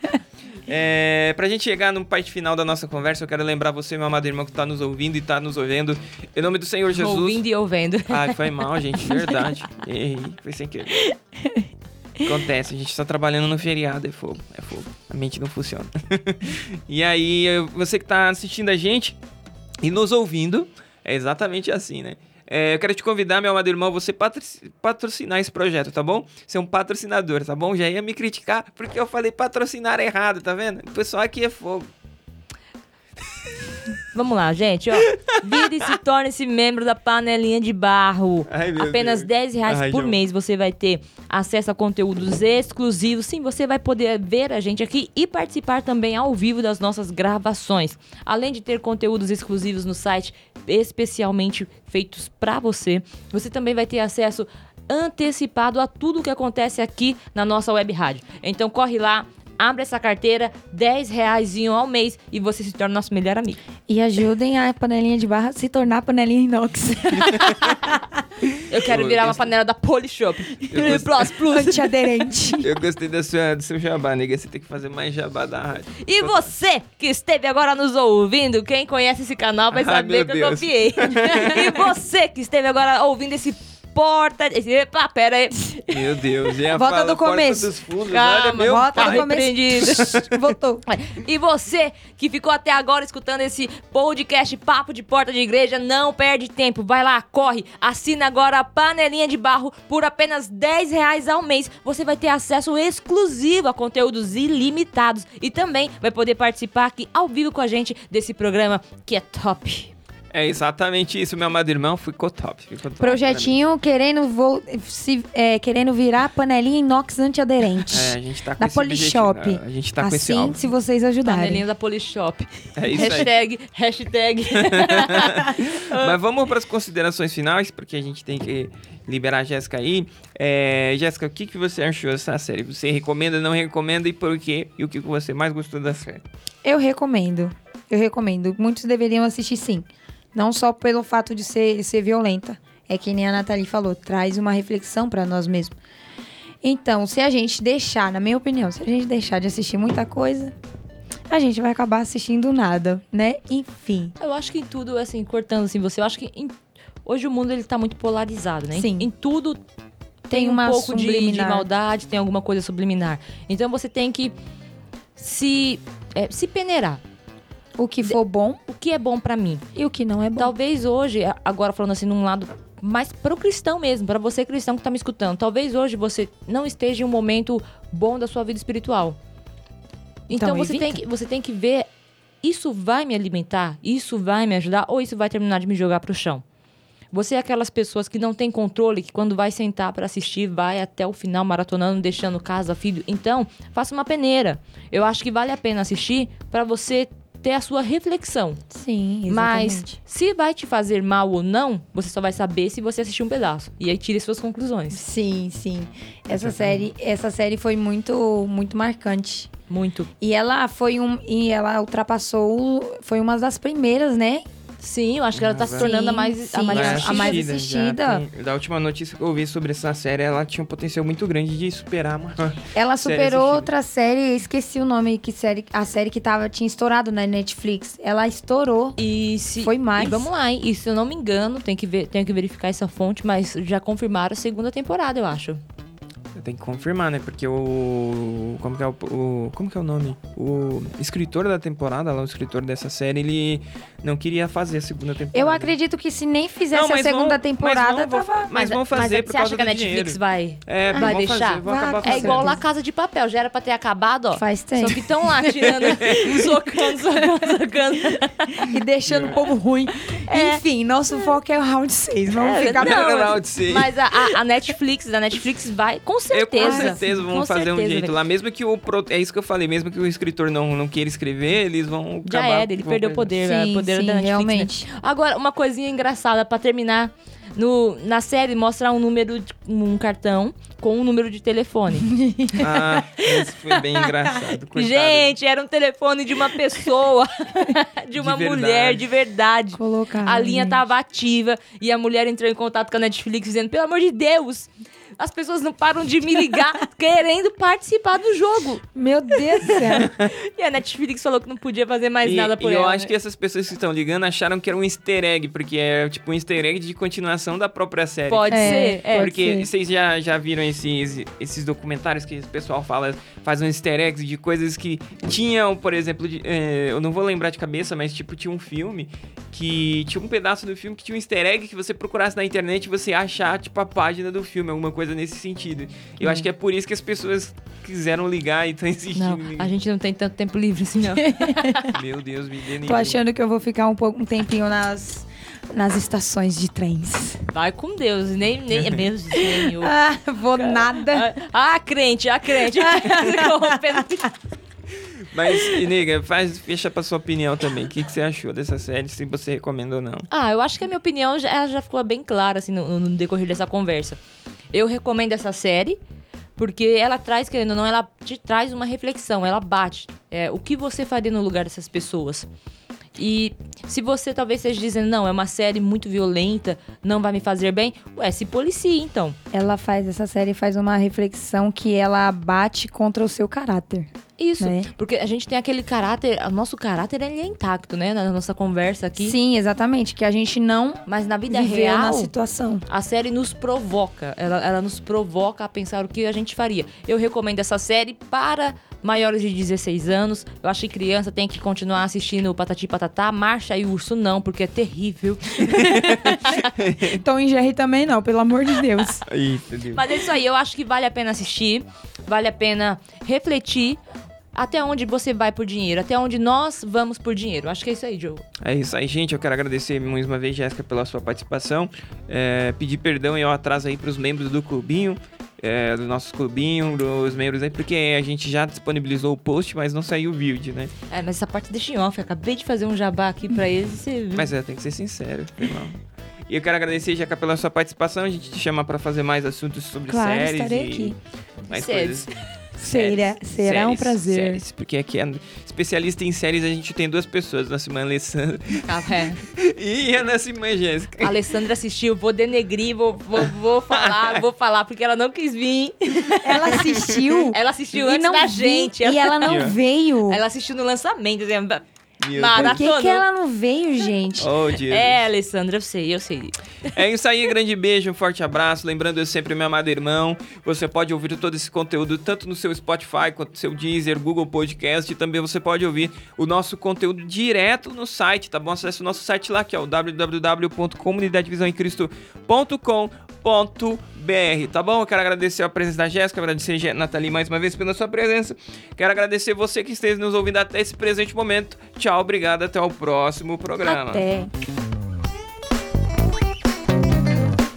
A: É, pra gente chegar no parte final da nossa conversa, eu quero lembrar você, meu amado irmão, que tá nos ouvindo e tá nos ouvindo, em nome do Senhor Jesus...
C: Ouvindo e ouvendo.
A: Ai, foi mal, gente, verdade. Errei, foi sem querer. Acontece, a gente tá trabalhando no feriado, é fogo, é fogo. A mente não funciona. E aí, eu- você que tá assistindo a gente e nos ouvindo, é exatamente assim, né? É, eu quero te convidar, meu amado irmão, você patro- patrocinar esse projeto, tá bom? Ser um patrocinador, tá bom? Já ia me criticar porque eu falei patrocinar errado, tá vendo? O pessoal aqui é fogo.
C: Vamos lá, gente, ó. Vire e se torne-se membro da Panelinha de Barro.
A: Ai, meu
C: Apenas
A: Deus.
C: dez reais
A: Ai,
C: por
A: João.
C: mês você vai ter acesso a conteúdos exclusivos. Sim, você vai poder ver a gente aqui e participar também ao vivo das nossas gravações. Além de ter conteúdos exclusivos no site, especialmente feitos pra você, você também vai ter acesso antecipado a tudo o que acontece aqui na nossa web rádio. Então corre lá, abre essa carteira, dez reais ao mês e você se torna nosso melhor amigo.
B: E ajudem a panelinha de barra a se tornar panelinha inox.
C: Eu quero virar uma panela da Polishop. Plus, plus.
B: Antiaderente.
A: Eu gostei da sua, do seu jabá, nega. Você tem que fazer mais jabá da rádio.
C: E você que esteve agora nos ouvindo, quem conhece esse canal vai
A: Ai,
C: saber
A: meu
C: que eu
A: Deus.
C: copiei. E você que esteve agora ouvindo esse porta... Esse... Epa, pera aí.
A: Meu Deus. E a
B: Volta
A: fala,
B: do
A: porta
B: começo.
A: dos fundos,
C: Calma,
A: olha, meu
B: volta
A: pai.
B: do começo. Voltou.
C: E você que ficou até agora escutando esse podcast Papo de Porta de Igreja, não perde tempo. Vai lá, corre, assina agora a Panelinha de Barro por apenas dez reais ao mês. Você vai ter acesso exclusivo a conteúdos ilimitados e também vai poder participar aqui ao vivo com a gente desse programa que é top.
A: É exatamente isso, meu amado irmão. Ficou top. Ficou top.
B: Projetinho querendo, vo- se, é, querendo virar panelinha inox antiaderente.
A: É, a gente tá com
B: Da
A: esse
B: Polishop.
A: objetivo. A gente tá com esse
B: Assim,
A: alvo.
B: se vocês ajudarem.
C: Panelinha da Polishop.
A: É isso aí.
C: Hashtag, hashtag.
A: Mas vamos para as considerações finais, porque a gente tem que liberar a Jéssica aí. É, Jéssica, o que, que você achou dessa série? Você recomenda, não recomenda e por quê? E o que que você mais gostou da série?
B: Eu recomendo. Eu recomendo. Muitos deveriam assistir sim. Não só pelo fato de ser, ser violenta. É que nem a Nathalie falou, traz uma reflexão pra nós mesmos. Então, se a gente deixar, na minha opinião, se a gente deixar de assistir muita coisa, a gente vai acabar assistindo nada, né? Enfim.
C: Eu acho que em tudo, assim, cortando assim você, eu acho que em- hoje o mundo ele tá muito polarizado, né? Em-
B: Sim.
C: Em tudo tem,
B: Tem
C: um
B: uma
C: pouco de, de
B: subliminar.
C: maldade, tem alguma coisa subliminar. Então você tem que se, é, se peneirar.
B: O que for bom
C: O que é bom pra mim?
B: e o que não é bom.
C: Talvez hoje, a- agora falando assim num lado mais pro cristão mesmo, pra você cristão que tá me escutando, talvez hoje você não esteja em um momento bom da sua vida espiritual. Então,
B: Então,
C: você,
B: evita.
C: tem que, você tem que ver, isso vai me alimentar? Isso vai me ajudar? Ou isso vai terminar de me jogar pro chão? Você é aquelas pessoas que não tem controle, que quando vai sentar pra assistir, vai até o final maratonando, deixando casa, filho. Então, faça uma peneira. Eu acho que vale a pena assistir pra você ter a sua reflexão.
B: Sim, exatamente.
C: Mas se vai te fazer mal ou não, você só vai saber se você assistir um pedaço. E aí tire suas conclusões.
B: Sim, sim. Essa série, essa série foi muito, muito marcante.
C: Muito.
B: E ela foi um, e ela ultrapassou, foi uma das primeiras, né?
C: Sim, eu acho que ela tá se
B: Sim,
C: tornando a mais, a
B: sim.
C: mais
B: Mas
A: Mais
C: assistida.
B: a mais
A: já
B: assistida.
A: tem- da última notícia que eu ouvi sobre essa série, ela tinha um potencial muito grande de superar uma...
B: Ela
A: Série
B: superou
A: assistida.
B: outra série, esqueci o nome, que série, a série que tava, tinha estourado na Netflix. Ela estourou.
C: E se,
B: Foi mais.
C: E vamos lá, hein? E se eu não me engano, tem que ver, tenho que verificar essa fonte, mas já confirmaram a segunda temporada, eu acho.
A: Tem que confirmar, né? Porque o... Como que é o... o- como que é o nome? O escritor da temporada, lá, o escritor dessa série, ele não queria fazer a segunda temporada.
B: Eu acredito que se nem fizesse
A: Não, mas
B: a segunda
A: vão-
B: temporada,
A: mas vão,
B: tava...
A: mas vão fazer
C: mas
A: por
C: você
A: causa
C: acha que a
A: do
C: Netflix
A: dinheiro.
C: vai,
A: É,
C: vai
A: vão
C: deixar?
A: fazer, vão
B: Vai,
A: acabar
B: é
C: É
A: fazendo.
C: igual La Casa de Papel, já era pra ter acabado, ó.
B: Faz tempo.
C: Só que estão lá tirando, socando, socando, socando.
B: E deixando o povo ruim. Enfim, nosso foco é o round seis. Vamos
C: É,
B: ficar...
C: não,
A: Não, não, sim.
C: Mas a, a- a Netflix, a Netflix vai, com
A: Eu,
C: certeza.
A: com certeza vão
C: Com
A: fazer um
C: certeza,
A: jeito
C: velho.
A: lá. Mesmo que o... pro- É isso que eu falei. Mesmo que o escritor não, não queira escrever, eles vão
C: Já
A: acabar...
C: era, ele
A: vão
C: perdeu o
A: fazer.
C: poder, né?
B: Sim,
C: o poder
B: sim,
C: da Netflix.
B: realmente.
C: Né? Agora, uma coisinha engraçada pra terminar. No, na série mostra um número, de- um cartão com um número de telefone.
A: Ah, esse foi bem engraçado. Coitado.
C: Gente, era um telefone de uma pessoa, de uma
A: De verdade.
C: mulher de verdade.
B: Colocar,
C: A linha
B: gente.
C: tava ativa e a mulher entrou em contato com a Netflix dizendo: pelo amor de Deus, as pessoas não param de me ligar querendo participar do jogo.
B: Meu Deus do céu.
C: E a Netflix falou que não podia fazer mais
A: E,
C: nada por
A: e
C: ela.
A: eu acho
C: né?
A: que essas pessoas que estão ligando acharam que era um easter egg, porque é tipo um easter egg de continuação da própria série.
C: Pode
B: É,
C: ser, é.
B: pode
A: Porque
B: ser.
A: vocês já, já viram esses, esses documentários que o pessoal fala, faz um easter eggs de coisas que tinham, por exemplo, de- é, eu não vou lembrar de cabeça, mas tipo, tinha um filme que tinha um pedaço do filme que tinha um easter egg que você procurasse na internet e você ia achar, tipo, a página do filme, alguma coisa nesse sentido. Eu
C: Hum.
A: acho que é por isso que as pessoas quiseram ligar e estão insistindo.
C: Não,
A: em-
C: a gente não tem tanto tempo livre assim, não.
A: Meu Deus, me dê
B: Tô achando que eu vou ficar um, pouco, um tempinho nas, nas estações de trens.
C: Vai com Deus, nem, nem é mesmo, Senhor.
B: Ah, vou nada.
C: Ah, ah, crente, ah, crente.
A: Mas, e, nega, faz, fecha pra sua opinião também. O que, que você achou dessa série, se você recomenda ou não?
C: Ah, eu acho que a minha opinião já, ela já ficou bem clara assim, no, no decorrer dessa conversa. Eu recomendo essa série Porque ela traz, querendo ou não, ela te traz uma reflexão, ela bate. É, o que você faria no lugar dessas pessoas? E se você talvez esteja dizendo, não, é uma série muito violenta, não vai me fazer bem, ué, se policie, então.
B: Ela faz, essa série faz uma reflexão que ela bate contra o seu caráter.
C: Isso,
B: né?
C: Porque a gente tem aquele caráter, o nosso caráter ele é intacto, né? Na nossa conversa aqui.
B: Sim, exatamente, que a gente não
C: Mas na vida
B: viveu
C: real,
B: na situação.
C: a série nos provoca, ela, ela nos provoca a pensar o que a gente faria. Eu recomendo essa série para maiores de dezesseis anos. Eu acho que criança tem que continuar assistindo o Patati Patatá. Marcha e Urso não, porque é terrível.
B: Tom e Jerry também não, pelo amor de Deus.
A: Isso, Deus.
C: Mas é isso aí, eu acho que vale a pena assistir, vale a pena refletir até onde você vai por dinheiro, até onde nós vamos por dinheiro. Acho que é isso aí, Joe.
A: É isso aí, gente. Eu quero agradecer mais uma vez, Jéssica, pela sua participação. É, pedir perdão e o atraso aí pros membros do clubinho, é, do nosso clubinho, dos membros aí, porque a gente já disponibilizou o post, mas não saiu o vídeo, né?
C: É, mas essa parte deixa em off. Eu acabei de fazer um jabá aqui pra eles e você viu.
A: Mas é, tem que ser sincero, irmão. E eu quero agradecer, Jeca, pela sua participação. A gente te chama pra fazer mais assuntos sobre
B: Claro,
A: séries
B: estarei
A: e
B: aqui.
A: mais
C: Séries.
A: coisas.
B: Será, será um
A: séries,
B: prazer.
A: Séries, porque aqui é especialista em séries, a gente tem duas pessoas, nossa irmã Alessandra
C: Ah, é.
A: e a nossa irmã Jéssica.
C: A Alessandra assistiu, vou denegrir, vou, vou, vou falar, vou falar, porque ela não quis vir.
B: Ela assistiu.
C: Ela assistiu
B: e
C: antes
B: não
C: da
B: vi-
C: gente.
B: E ela não
A: Aqui, ó.
B: veio.
C: Ela assistiu no lançamento, dizendo,
A: Meu
C: Nada.
B: Por que, que ela não veio, gente?
A: Oh, Jesus.
C: é, Alessandra, eu sei, eu sei.
A: É isso aí, grande beijo, um forte abraço. Lembrando eu sempre, meu amado irmão, você pode ouvir todo esse conteúdo tanto no seu Spotify quanto no seu Deezer, Google Podcast, e também você pode ouvir o nosso conteúdo direto no site, tá bom? Acesse o nosso site lá, que é o w w w ponto comunidade visão em cristo ponto com ponto b r, tá bom? Eu quero agradecer a presença da Jéssica, agradecer a Nathalie mais uma vez pela sua presença. Quero agradecer você que esteja nos ouvindo até esse presente momento. Tchau, obrigado, até o próximo programa.
B: Até.